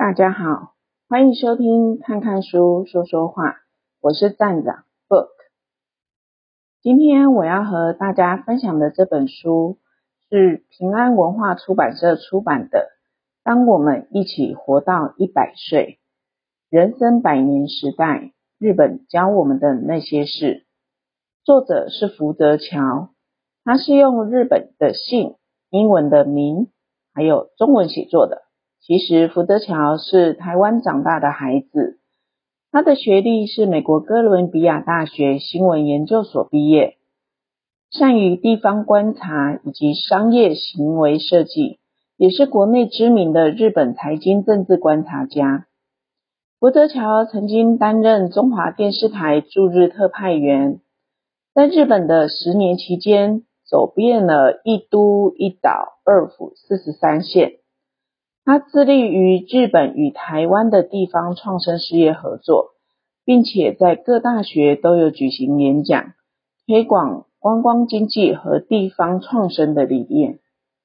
大家好，欢迎收听看看书说说话，我是站长 Book。今天我要和大家分享的这本书是平安文化出版社出版的《当我们一起活到100岁：人生百年时代，日本教我们的那些事》。作者是福泽乔，他是用日本的姓、英文的名还有中文写作的。其实福泽乔是台湾长大的孩子，他的学历是美国哥伦比亚大学新闻研究所毕业，善于地方观察以及商业行为设计，也是国内知名的日本财经政治观察家。福泽乔曾经担任中华电视台驻日特派员，在日本的10年期间，走遍了1都1岛2府43县。他致力于日本与台湾的地方创生事业合作，并且在各大学都有举行演讲，推广观光经济和地方创生的理念。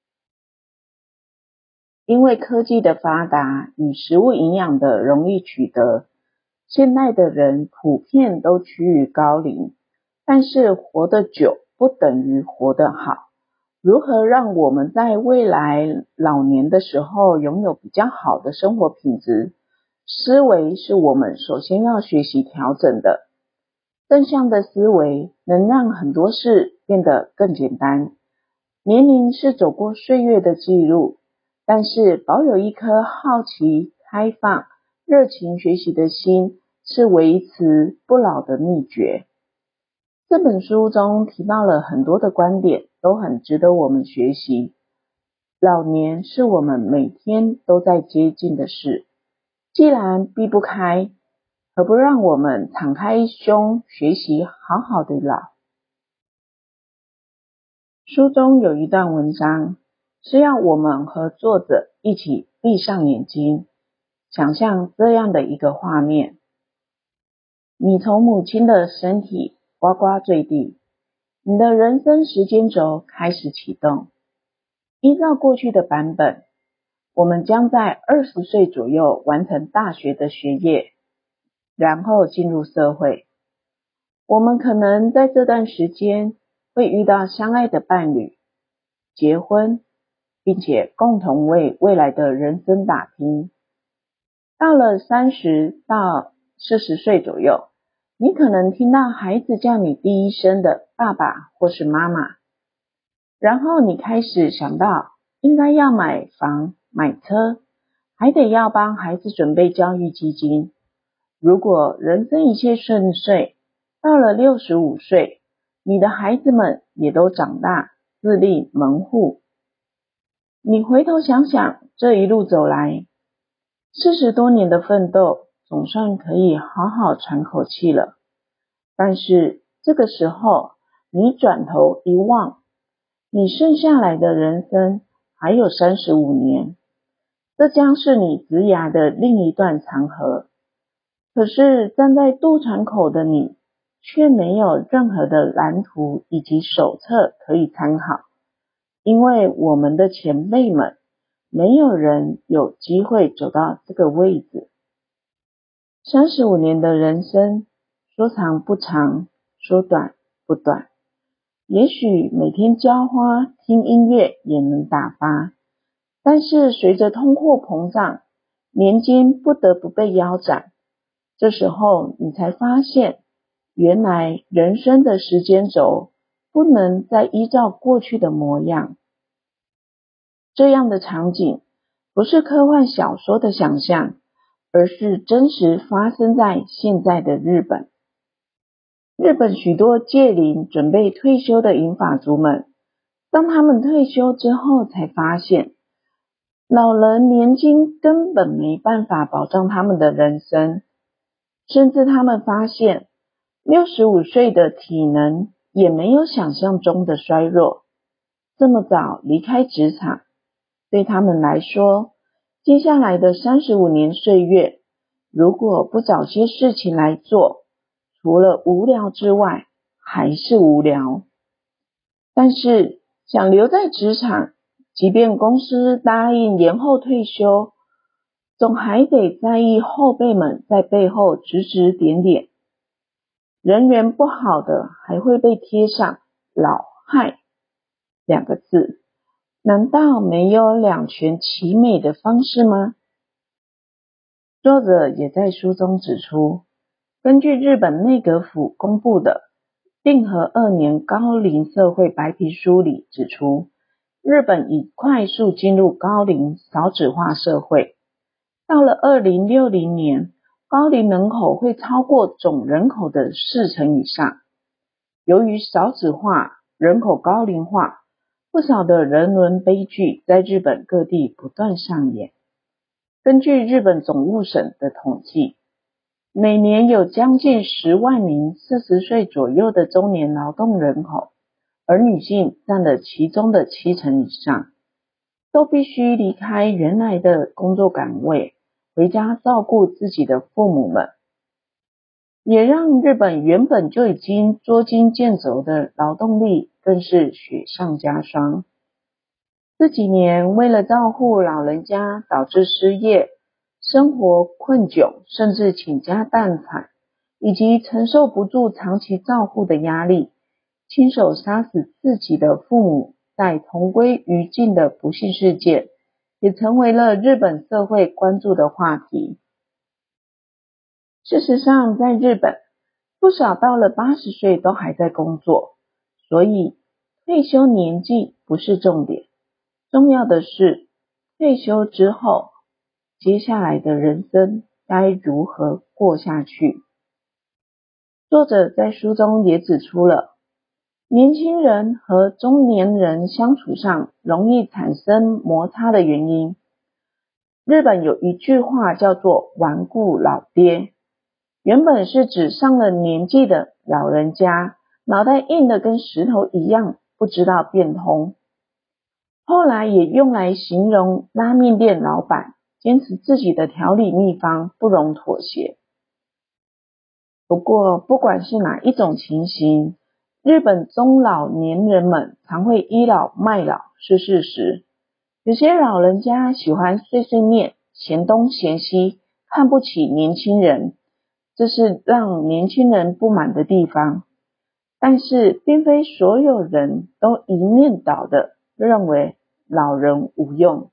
因为科技的发达与食物营养的容易取得，现代的人普遍都趋于高龄，但是活得久不等于活得好。如何让我们在未来老年的时候拥有比较好的生活品质？思维是我们首先要学习调整的。正向的思维能让很多事变得更简单。年龄是走过岁月的记录，但是保有一颗好奇、开放、热情学习的心，是维持不老的秘诀。这本书中提到了很多的观点，都很值得我们学习。老年是我们每天都在接近的事，既然避不开，何不让我们敞开胸，学习好好的老。书中有一段文章，是要我们和作者一起闭上眼睛，想象这样的一个画面：你从母亲的身体呱呱坠地，你的人生时间轴开始启动。依照过去的版本，我们将在20岁左右完成大学的学业，然后进入社会。我们可能在这段时间会遇到相爱的伴侣，结婚，并且共同为未来的人生打拼。到了30到40岁左右，你可能听到孩子叫你第一声的爸爸或是妈妈，然后你开始想到应该要买房买车，还得要帮孩子准备教育基金。如果人生一切顺遂，到了65岁，你的孩子们也都长大，自立门户。你回头想想，这一路走来，40多年的奋斗，总算可以好好喘口气了。但是这个时候，你转头一望，你剩下来的人生还有35年，这将是你职涯的另一段长河。可是站在渡船口的你，却没有任何的蓝图以及手册可以参考，因为我们的前辈们，没有人有机会走到这个位置。35年的人生，说长不长，说短不短。也许每天浇花、听音乐也能打发，但是随着通货膨胀，年金不得不被腰斩。这时候你才发现，原来人生的时间轴不能再依照过去的模样。这样的场景不是科幻小说的想象，而是真实发生在现在的日本。日本许多届龄准备退休的银发族们，当他们退休之后才发现，老人年金根本没办法保障他们的人生，甚至他们发现65岁的体能也没有想象中的衰弱。这么早离开职场，对他们来说，接下来的35年岁月，如果不找些事情来做，除了无聊之外，还是无聊。但是想留在职场，即便公司答应延后退休， 总还得在意后辈们在背后指指点点，人缘不好的还会被贴上老害2个字，难道没有两全其美的方式吗？作者也在书中指出，根据日本内阁府公布的令和2年高龄社会白皮书里指出，日本已快速进入高龄少子化社会，到了2060年，高龄人口会超过总人口的40%以上。由于少子化、人口高龄化，不少的人伦悲剧在日本各地不断上演。根据日本总务省的统计，每年有将近10万名40岁左右的中年劳动人口，而女性占了其中的70%以上，都必须离开原来的工作岗位，回家照顾自己的父母们，也让日本原本就已经捉襟见肘的劳动力更是雪上加霜。这几年为了照顾老人家导致失业、生活困窘，甚至倾家荡产，以及承受不住长期照护的压力，亲手杀死自己的父母在同归于尽的不幸事件，也成为了日本社会关注的话题。事实上，在日本，不少到了80岁都还在工作，所以退休年纪不是重点，重要的是退休之后，接下来的人生该如何过下去。作者在书中也指出了年轻人和中年人相处上容易产生摩擦的原因。日本有一句话叫做顽固老爹，原本是指上了年纪的老人家，脑袋硬的跟石头一样，不知道变通。后来也用来形容拉面店老板坚持自己的调理秘方，不容妥协。不过不管是哪一种情形，日本中老年人们常会倚老卖老是事实。有些老人家喜欢碎碎念，嫌东嫌西，看不起年轻人，这是让年轻人不满的地方。但是并非所有人都一面倒的认为老人无用。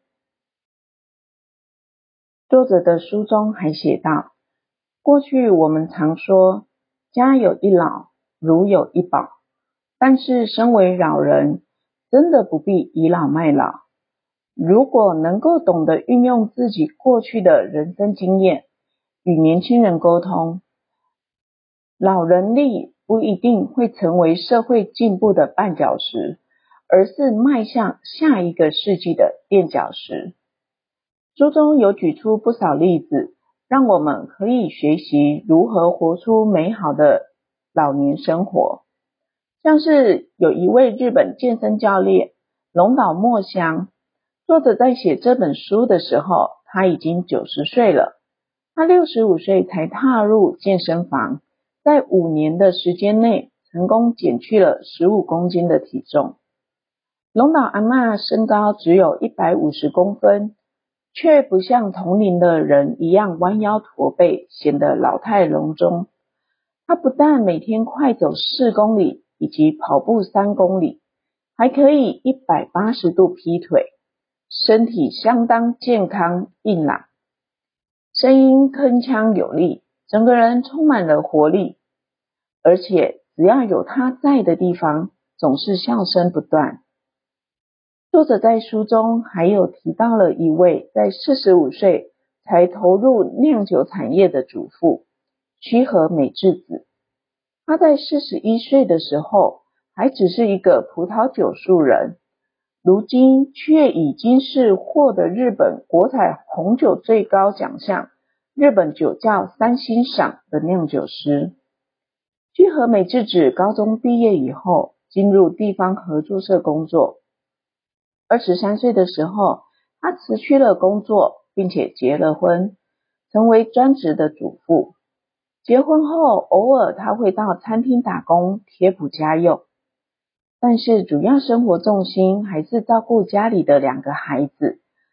作者的书中还写道，过去我们常说家有一老，如有一宝，但是身为老人，真的不必倚老卖老。如果能够懂得运用自己过去的人生经验，与年轻人沟通，老人力不一定会成为社会进步的绊脚石，而是迈向下一个世纪的垫脚石。书中有举出不少例子，让我们可以学习如何活出美好的老年生活。像是有一位日本健身教练龙岛墨香，作者在写这本书的时候，他已经90岁了。他65岁才踏入健身房，在5年的时间内，成功减去了15公斤的体重。龙岛阿嬷身高只有150公分，却不像同龄的人一样弯腰驼背，显得老态龙钟。他不但每天快走4公里，以及跑步3公里，还可以180度劈腿，身体相当健康硬朗，声音铿锵有力，整个人充满了活力，而且只要有他在的地方，总是笑声不断。作者在书中还有提到了一位在45岁才投入酿酒产业的主妇须和美智子。她在41岁的时候还只是一个葡萄酒术人，如今却已经是获得日本国产红酒最高奖项日本酒窖3星赏的酿酒师。须和美智子高中毕业以后，进入地方合作社工作。23岁的时候，她辞去了工作，并且结了婚，成为专职的主妇。结婚后，偶尔她会到餐厅打工，贴补家用，但是主要生活重心还是照顾家里的2个孩子，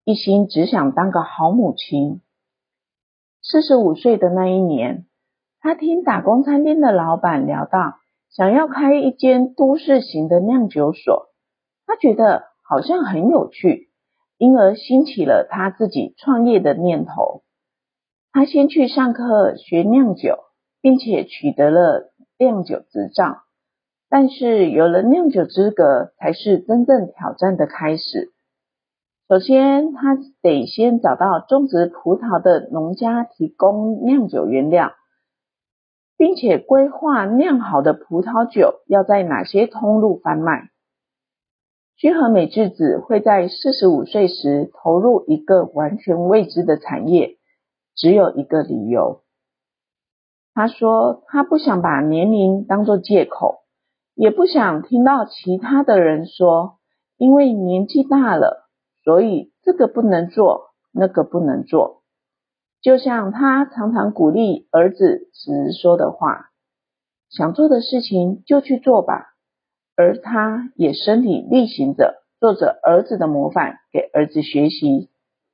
一心只想当个好母亲。45岁的那一年，他听打工餐厅的老板聊到想要开一间都市型的酿酒所，他觉得好像很有趣，因而兴起了他自己创业的念头。他先去上课学酿酒，并且取得了酿酒执照，但是有了酿酒资格才是真正挑战的开始。首先，他得先找到种植葡萄的农家提供酿酒原料，并且规划酿好的葡萄酒要在哪些通路贩卖。须和美智子会在45岁时投入一个完全未知的产业，只有一个理由。他说他不想把年龄当作借口，也不想听到其他的人说因为年纪大了，所以这个不能做，那个不能做。就像他常常鼓励儿子时说的话，想做的事情就去做吧，而他也身体力行着，做着儿子的模范，给儿子学习。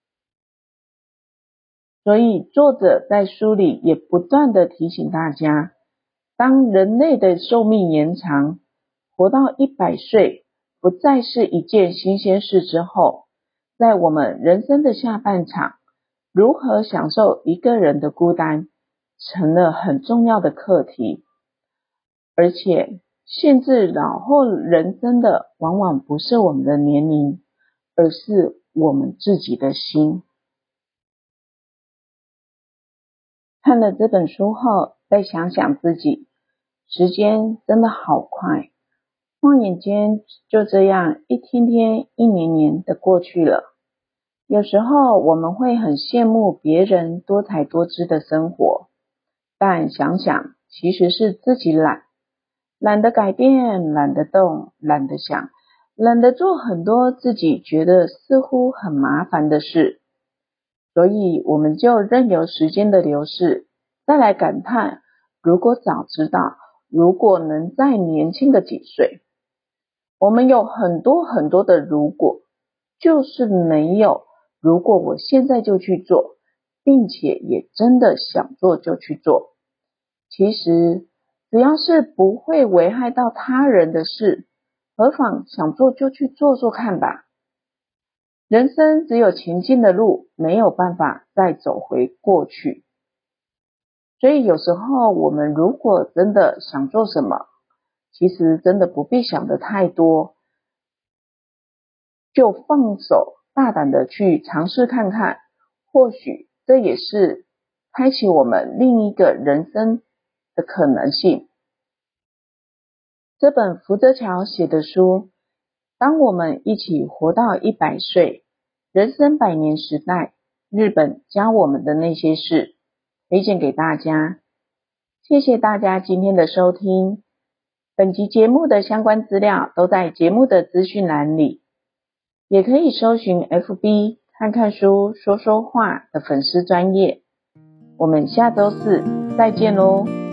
所以作者在书里也不断地提醒大家，当人类的寿命延长，活到100岁不再是一件新鲜事之后，在我们人生的下半场，如何享受一个人的孤单，成了很重要的课题。而且限制老后人生的往往不是我们的年龄，而是我们自己的心。看了这本书后，再想想自己，时间真的好快，晃眼间就这样一天天一年年的过去了。有时候我们会很羡慕别人多才多姿的生活，但想想其实是自己懒得改变，懒得动，懒得想，懒得做很多自己觉得似乎很麻烦的事。所以我们就任由时间的流逝，再来感叹，如果早知道，如果能再年轻个几岁。我们有很多很多的如果，就是没有如果我现在就去做，并且也真的想做就去做。其实只要是不会危害到他人的事，何妨想做就去做做看吧。人生只有前进的路，没有办法再走回过去。所以有时候我们如果真的想做什么，其实真的不必想得太多，就放手大胆的去尝试看看，或许这也是开启我们另一个人生的可能性。这本福泽桥写的书，当我们一起活到100岁，人生100年时代，日本教我们的那些事，推荐给大家。谢谢大家今天的收听，本集节目的相关资料都在节目的资讯栏里，也可以搜寻 FB 看看书说说话的粉丝专页。我们下周4再见咯。